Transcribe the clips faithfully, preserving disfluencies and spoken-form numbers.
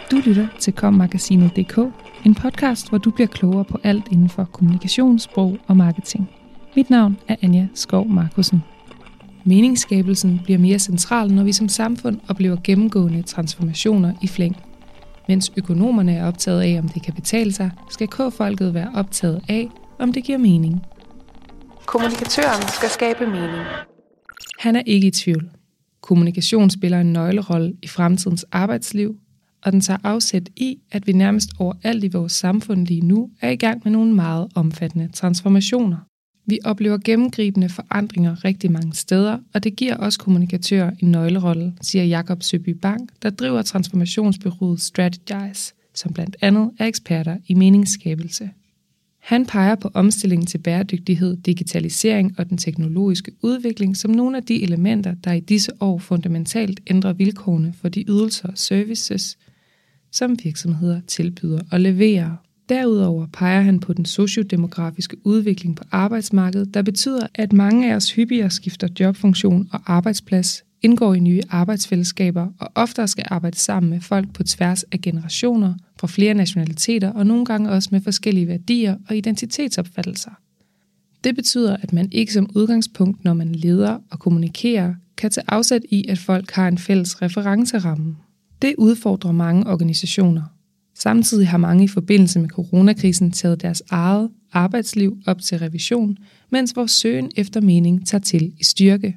Du lytter til kom magasinet punktum d k, en podcast, hvor du bliver klogere på alt inden for kommunikation, sprog og marketing. Mit navn er Anja Skov Markussen. Meningsskabelsen bliver mere central, når vi som samfund oplever gennemgående transformationer i flæng. Mens økonomerne er optaget af, om det kan betale sig, skal K-folket være optaget af, om det giver mening. Kommunikatøren skal skabe mening. Han er ikke i tvivl. Kommunikation spiller en nøglerolle i fremtidens arbejdsliv, og den tager afsæt i, at vi nærmest overalt i vores samfund lige nu er i gang med nogle meget omfattende transformationer. Vi oplever gennemgribende forandringer rigtig mange steder, og det giver os kommunikatører en nøglerolle, siger Jakob Søby Bang, der driver transformationsbureauet Strategize, som blandt andet er eksperter i meningsskabelse. Han peger på omstillingen til bæredygtighed, digitalisering og den teknologiske udvikling som nogle af de elementer, der i disse år fundamentalt ændrer vilkårene for de ydelser og services, som virksomheder tilbyder og leverer. Derudover peger han på den sociodemografiske udvikling på arbejdsmarkedet, der betyder, at mange af os hyppigere skifter jobfunktion og arbejdsplads, indgår i nye arbejdsfællesskaber og oftere skal arbejde sammen med folk på tværs af generationer, fra flere nationaliteter og nogle gange også med forskellige værdier og identitetsopfattelser. Det betyder, at man ikke som udgangspunkt, når man leder og kommunikerer, kan tage afsæt i, at folk har en fælles referenceramme. Det udfordrer mange organisationer. Samtidig har mange i forbindelse med coronakrisen taget deres eget arbejdsliv op til revision, mens vores søgen efter mening tager til i styrke.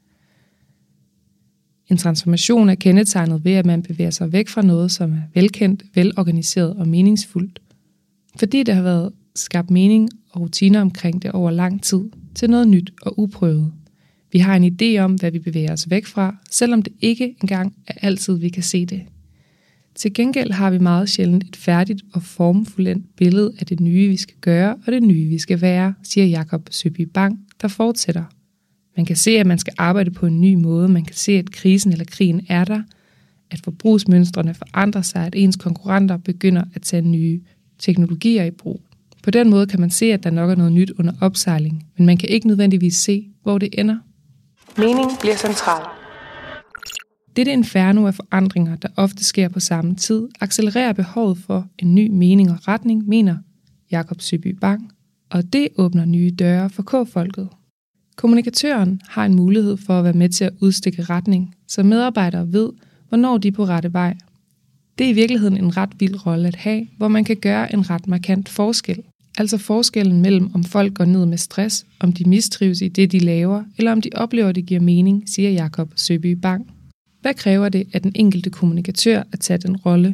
En transformation er kendetegnet ved, at man bevæger sig væk fra noget, som er velkendt, velorganiseret og meningsfuldt, fordi der har været skabt mening og rutiner omkring det over lang tid, til noget nyt og uprøvet. Vi har en idé om, hvad vi bevæger os væk fra, selvom det ikke engang er altid, vi kan se det. Til gengæld har vi meget sjældent et færdigt og formfuldendt billede af det nye, vi skal gøre, og det nye, vi skal være, siger Jakob Søby Bang, der fortsætter. Man kan se, at man skal arbejde på en ny måde. Man kan se, at krisen eller krigen er der, at forbrugsmønstrene forandrer sig, at ens konkurrenter begynder at tage nye teknologier i brug. På den måde kan man se, at der nok er noget nyt under opsejling, men man kan ikke nødvendigvis se, hvor det ender. Mening bliver central. Dette inferno af forandringer, der ofte sker på samme tid, accelererer behovet for en ny mening og retning, mener Jakob Søby Bang, og det åbner nye døre for K-folket. Kommunikatøren har en mulighed for at være med til at udstikke retning, så medarbejdere ved, hvornår de er på rette vej. Det er i virkeligheden en ret vild rolle at have, hvor man kan gøre en ret markant forskel. Altså forskellen mellem, om folk går ned med stress, om de mistrives i det, de laver, eller om de oplever, at det giver mening, siger Jakob Søby Bang. Hvad kræver det af den enkelte kommunikatør at tage den rolle?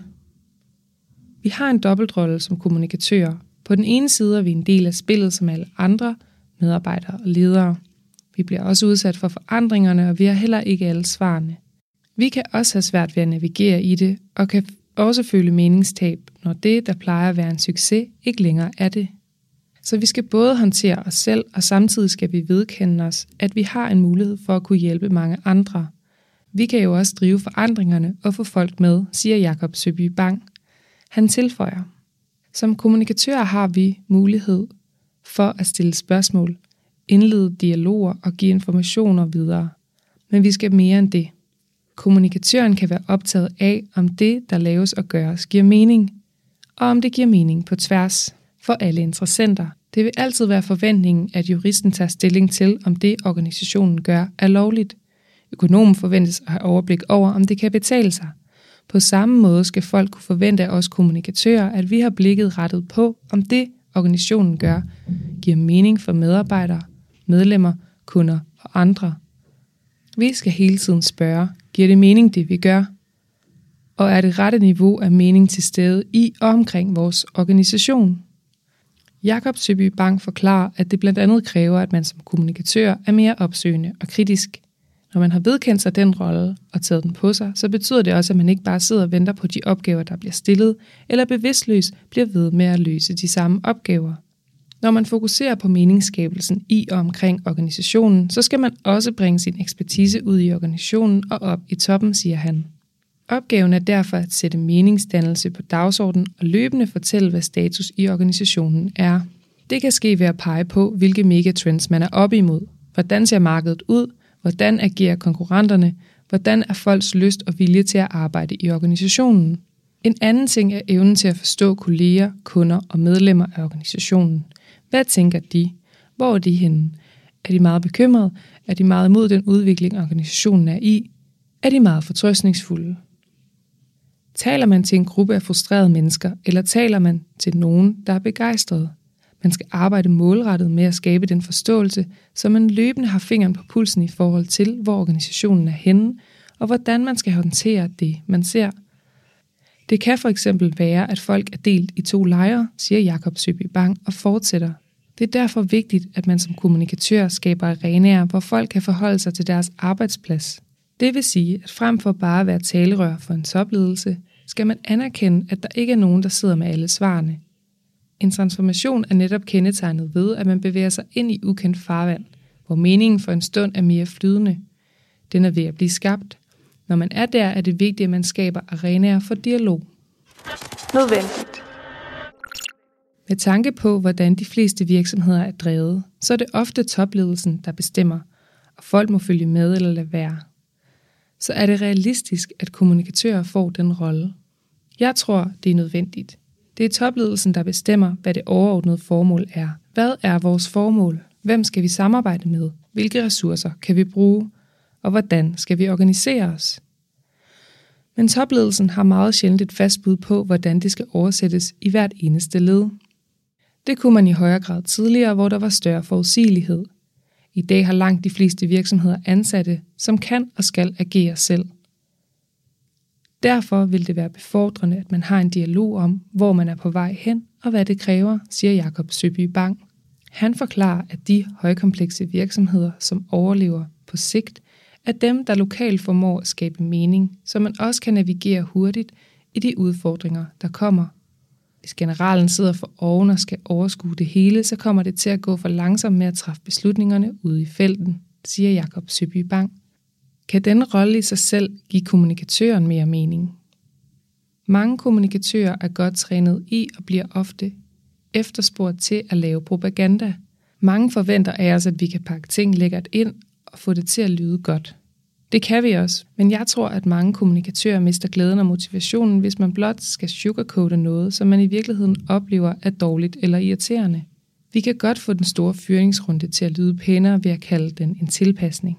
Vi har en dobbeltrolle som kommunikatører. På den ene side er vi en del af spillet som alle andre, medarbejdere og ledere. Vi bliver også udsat for forandringerne, og vi har heller ikke alle svarene. Vi kan også have svært ved at navigere i det, og kan også føle meningstab, når det, der plejer at være en succes, ikke længere er det. Så vi skal både håndtere os selv, og samtidig skal vi vedkende os, at vi har en mulighed for at kunne hjælpe mange andre. Vi kan jo også drive forandringerne og få folk med, siger Jakob Søby Bang. Han tilføjer: Som kommunikatører har vi mulighed for at stille spørgsmål, indlede dialoger og give informationer videre. Men vi skal mere end det. Kommunikatøren kan være optaget af, om det, der laves og gøres, giver mening, og om det giver mening på tværs for alle interessenter. Det vil altid være forventningen, at juristen tager stilling til, om det, organisationen gør, er lovligt. Økonomen forventes at have overblik over, om det kan betale sig. På samme måde skal folk kunne forvente af os kommunikatører, at vi har blikket rettet på, om det, organisationen gør, giver mening for medarbejdere, medlemmer, kunder og andre. Vi skal hele tiden spørge, giver det mening det vi gør? Og er det rette niveau af mening til stede i og omkring vores organisation? Jakob Søby Bang forklarer, at det blandt andet kræver, at man som kommunikatør er mere opsøgende og kritisk. Når man har vedkendt sig den rolle og taget den på sig, så betyder det også, at man ikke bare sidder og venter på de opgaver, der bliver stillet, eller bevidstløs bliver ved med at løse de samme opgaver. Når man fokuserer på meningsskabelsen i og omkring organisationen, så skal man også bringe sin ekspertise ud i organisationen og op i toppen, siger han. Opgaven er derfor at sætte meningsdannelse på dagsordenen og løbende fortælle, hvad status i organisationen er. Det kan ske ved at pege på, hvilke megatrends man er oppe imod. Hvordan ser markedet ud? Hvordan agerer konkurrenterne? Hvordan er folks lyst og vilje til at arbejde i organisationen? En anden ting er evnen til at forstå kolleger, kunder og medlemmer af organisationen. Hvad tænker de? Hvor er de henne? Er de meget bekymrede? Er de meget imod den udvikling, organisationen er i? Er de meget fortrøstningsfulde? Taler man til en gruppe af frustrerede mennesker, eller taler man til nogen, der er begejstrede? Man skal arbejde målrettet med at skabe den forståelse, så man løbende har fingeren på pulsen i forhold til, hvor organisationen er henne, og hvordan man skal håndtere det, man ser. Det kan for eksempel være, at folk er delt i to lejre, siger Jakob Søby Bang og fortsætter. Det er derfor vigtigt, at man som kommunikatør skaber arenaer, hvor folk kan forholde sig til deres arbejdsplads. Det vil sige, at frem for bare at være talerør for en topledelse, skal man anerkende, at der ikke er nogen, der sidder med alle svarene. En transformation er netop kendetegnet ved, at man bevæger sig ind i ukendt farvand, hvor meningen for en stund er mere flydende. Den er ved at blive skabt. Når man er der, er det vigtigt, at man skaber arenaer for dialog. Nødvendigt. Med tanke på, hvordan de fleste virksomheder er drevet, så er det ofte topledelsen, der bestemmer, og folk må følge med eller lade være. Så er det realistisk, at kommunikatører får den rolle. Jeg tror, det er nødvendigt. Det er topledelsen, der bestemmer, hvad det overordnede formål er. Hvad er vores formål? Hvem skal vi samarbejde med? Hvilke ressourcer kan vi bruge? Og hvordan skal vi organisere os? Men topledelsen har meget sjældent et fast bud på, hvordan det skal oversættes i hvert eneste led. Det kunne man i højere grad tidligere, hvor der var større forudsigelighed. I dag har langt de fleste virksomheder ansatte, som kan og skal agere selv. Derfor vil det være befordrende, at man har en dialog om, hvor man er på vej hen og hvad det kræver, siger Jakob Søby Bang. Han forklarer, at de højkomplekse virksomheder, som overlever på sigt, er dem, der lokalt formår at skabe mening, så man også kan navigere hurtigt i de udfordringer, der kommer. Hvis generalen sidder for oven og skal overskue det hele, så kommer det til at gå for langsomt med at træffe beslutningerne ude i felten, siger Jakob Søby Bang. Kan denne rolle i sig selv give kommunikatøren mere mening? Mange kommunikatører er godt trænet i og bliver ofte efterspurgt til at lave propaganda. Mange forventer af os, at vi kan pakke ting lækkert ind og få det til at lyde godt. Det kan vi også, men jeg tror, at mange kommunikatører mister glæden og motivationen, hvis man blot skal sugarcoate noget, som man i virkeligheden oplever er dårligt eller irriterende. Vi kan godt få den store fyringsrunde til at lyde pænere ved at kalde den en tilpasning.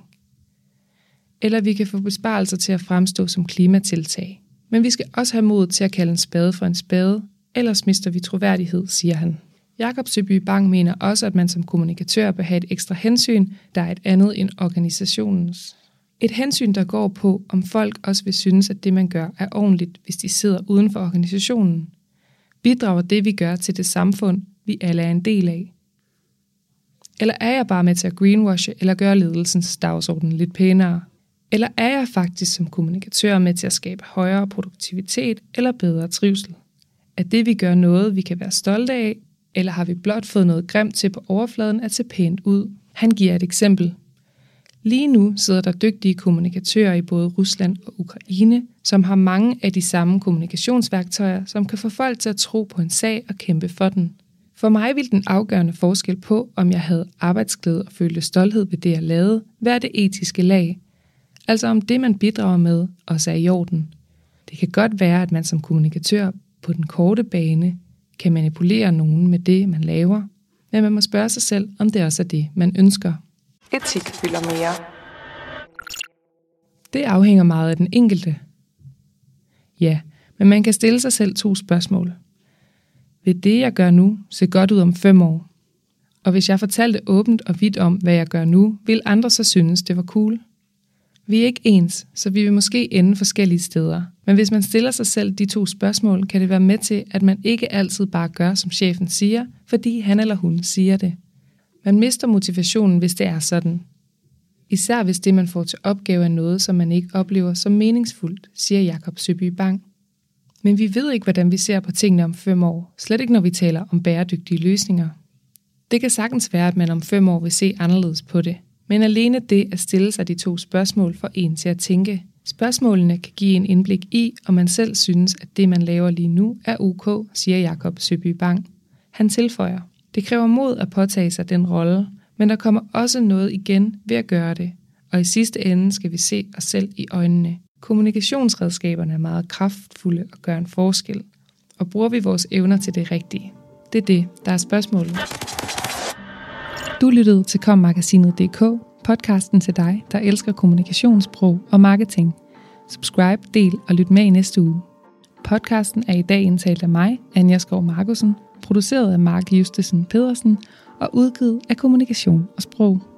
Eller vi kan få besparelser til at fremstå som klimatiltag. Men vi skal også have mod til at kalde en spade for en spade, ellers mister vi troværdighed, siger han. Jakob Søby Bang mener også, at man som kommunikatør bør have et ekstra hensyn, der er et andet end organisationens. Et hensyn, der går på, om folk også vil synes, at det man gør er ordentligt, hvis de sidder uden for organisationen. Bidrager det, vi gør, til det samfund, vi alle er en del af? Eller er jeg bare med til at greenwashe eller gøre ledelsens dagsorden lidt pænere? Eller er jeg faktisk som kommunikatør med til at skabe højere produktivitet eller bedre trivsel? Er det, vi gør, noget, vi kan være stolte af, eller har vi blot fået noget grimt til på overfladen at se pænt ud? Han giver et eksempel. Lige nu sidder der dygtige kommunikatører i både Rusland og Ukraine, som har mange af de samme kommunikationsværktøjer, som kan få folk til at tro på en sag og kæmpe for den. For mig ville den afgørende forskel på, om jeg havde arbejdsglæde og følte stolthed ved det, jeg lavede, være det etiske lag. Altså om det, man bidrager med, også er i orden. Det kan godt være, at man som kommunikatør på den korte bane kan manipulere nogen med det, man laver, men man må spørge sig selv, om det også er det, man ønsker. Etik fylder mere. Det afhænger meget af den enkelte. Ja, men man kan stille sig selv to spørgsmål. Vil det, jeg gør nu, se godt ud om fem år? Og hvis jeg fortalte åbent og vidt om, hvad jeg gør nu, vil andre så synes, det var cool? Vi er ikke ens, så vi vil måske ende forskellige steder. Men hvis man stiller sig selv de to spørgsmål, kan det være med til, at man ikke altid bare gør, som chefen siger, fordi han eller hun siger det. Man mister motivationen, hvis det er sådan. Især hvis det, man får til opgave, er noget, som man ikke oplever som meningsfuldt, siger Jakob Søby Bang. Men vi ved ikke, hvordan vi ser på tingene om fem år, slet ikke når vi taler om bæredygtige løsninger. Det kan sagtens være, at man om fem år vil se anderledes på det. Men alene det at stille sig de to spørgsmål får en til at tænke. Spørgsmålene kan give en indblik i, om man selv synes, at det, man laver lige nu, er ok, siger Jakob Søby Bang. Han tilføjer, det kræver mod at påtage sig den rolle, men der kommer også noget igen ved at gøre det. Og i sidste ende skal vi se os selv i øjnene. Kommunikationsredskaberne er meget kraftfulde og gør en forskel. Og bruger vi vores evner til det rigtige? Det er det, der er spørgsmålet. Du lyttede til kom magasinet punktum d k, podcasten til dig, der elsker kommunikationssprog og marketing. Subscribe, del og lyt med i næste uge. Podcasten er i dag indtalt af mig, Anja Skov Markussen, produceret af Mark Justesen Pedersen og udgivet af Kommunikation og Sprog.